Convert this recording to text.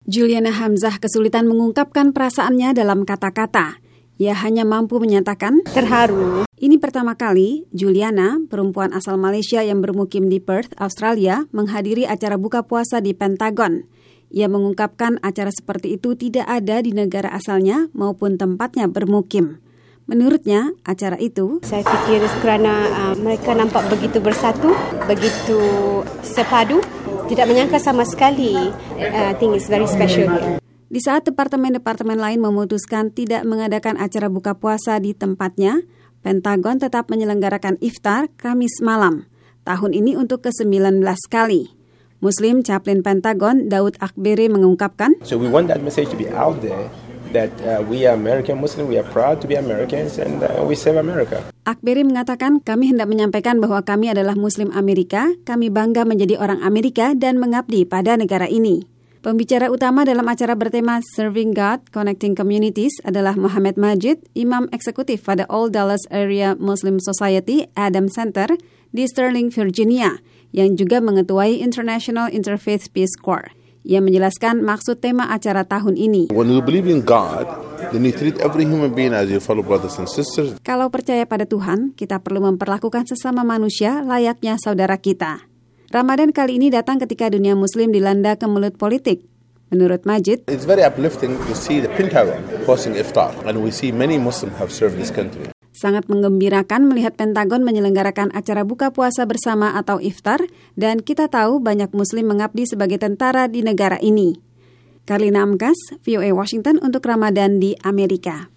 Juliana Hamzah kesulitan mengungkapkan perasaannya dalam kata-kata. Ia hanya mampu menyatakan terharu. Ini pertama kali Juliana, perempuan asal Malaysia yang bermukim di Perth, Australia, menghadiri acara buka puasa di Pentagon. Ia mengungkapkan acara seperti itu tidak ada di negara asalnya maupun tempatnya bermukim. Menurutnya, acara itu Saya fikir kerana mereka nampak begitu bersatu, begitu sepadu, tidak menyangka sama sekali. I think it's very special here. Di saat departemen-departemen lain memutuskan tidak mengadakan acara buka puasa di tempatnya, Pentagon tetap menyelenggarakan iftar Kamis malam, tahun ini untuk ke-19 kali. Muslim Chaplain Pentagon Daud Akberi mengungkapkan, So we want that message to be out there that we are American Muslim, we are proud to be Americans and we serve America. Akberi mengatakan kami hendak menyampaikan bahwa kami adalah Muslim Amerika, kami bangga menjadi orang Amerika dan mengabdi pada negara ini. Pembicara utama dalam acara bertema Serving God, Connecting Communities adalah Muhammad Majid, Imam Eksekutif pada All Dallas Area Muslim Society Adams Center di Sterling, Virginia, yang juga mengetuai International Interfaith Peace Corps. Ia menjelaskan maksud tema acara tahun ini. When you believe in God, then you treat every human being as your fellow brothers and sisters. Kalau percaya pada Tuhan, kita perlu memperlakukan sesama manusia layaknya saudara kita. Ramadan kali ini datang ketika dunia Muslim dilanda kemelut politik. Menurut Majid, It's very uplifting to see the Pentagon hosting iftar, and we see many Muslims have served this country. sangat menggembirakan melihat Pentagon menyelenggarakan acara buka puasa bersama atau iftar, dan kita tahu banyak Muslim mengabdi sebagai tentara di negara ini. Karlina Amkas, VOA Washington untuk Ramadan di Amerika.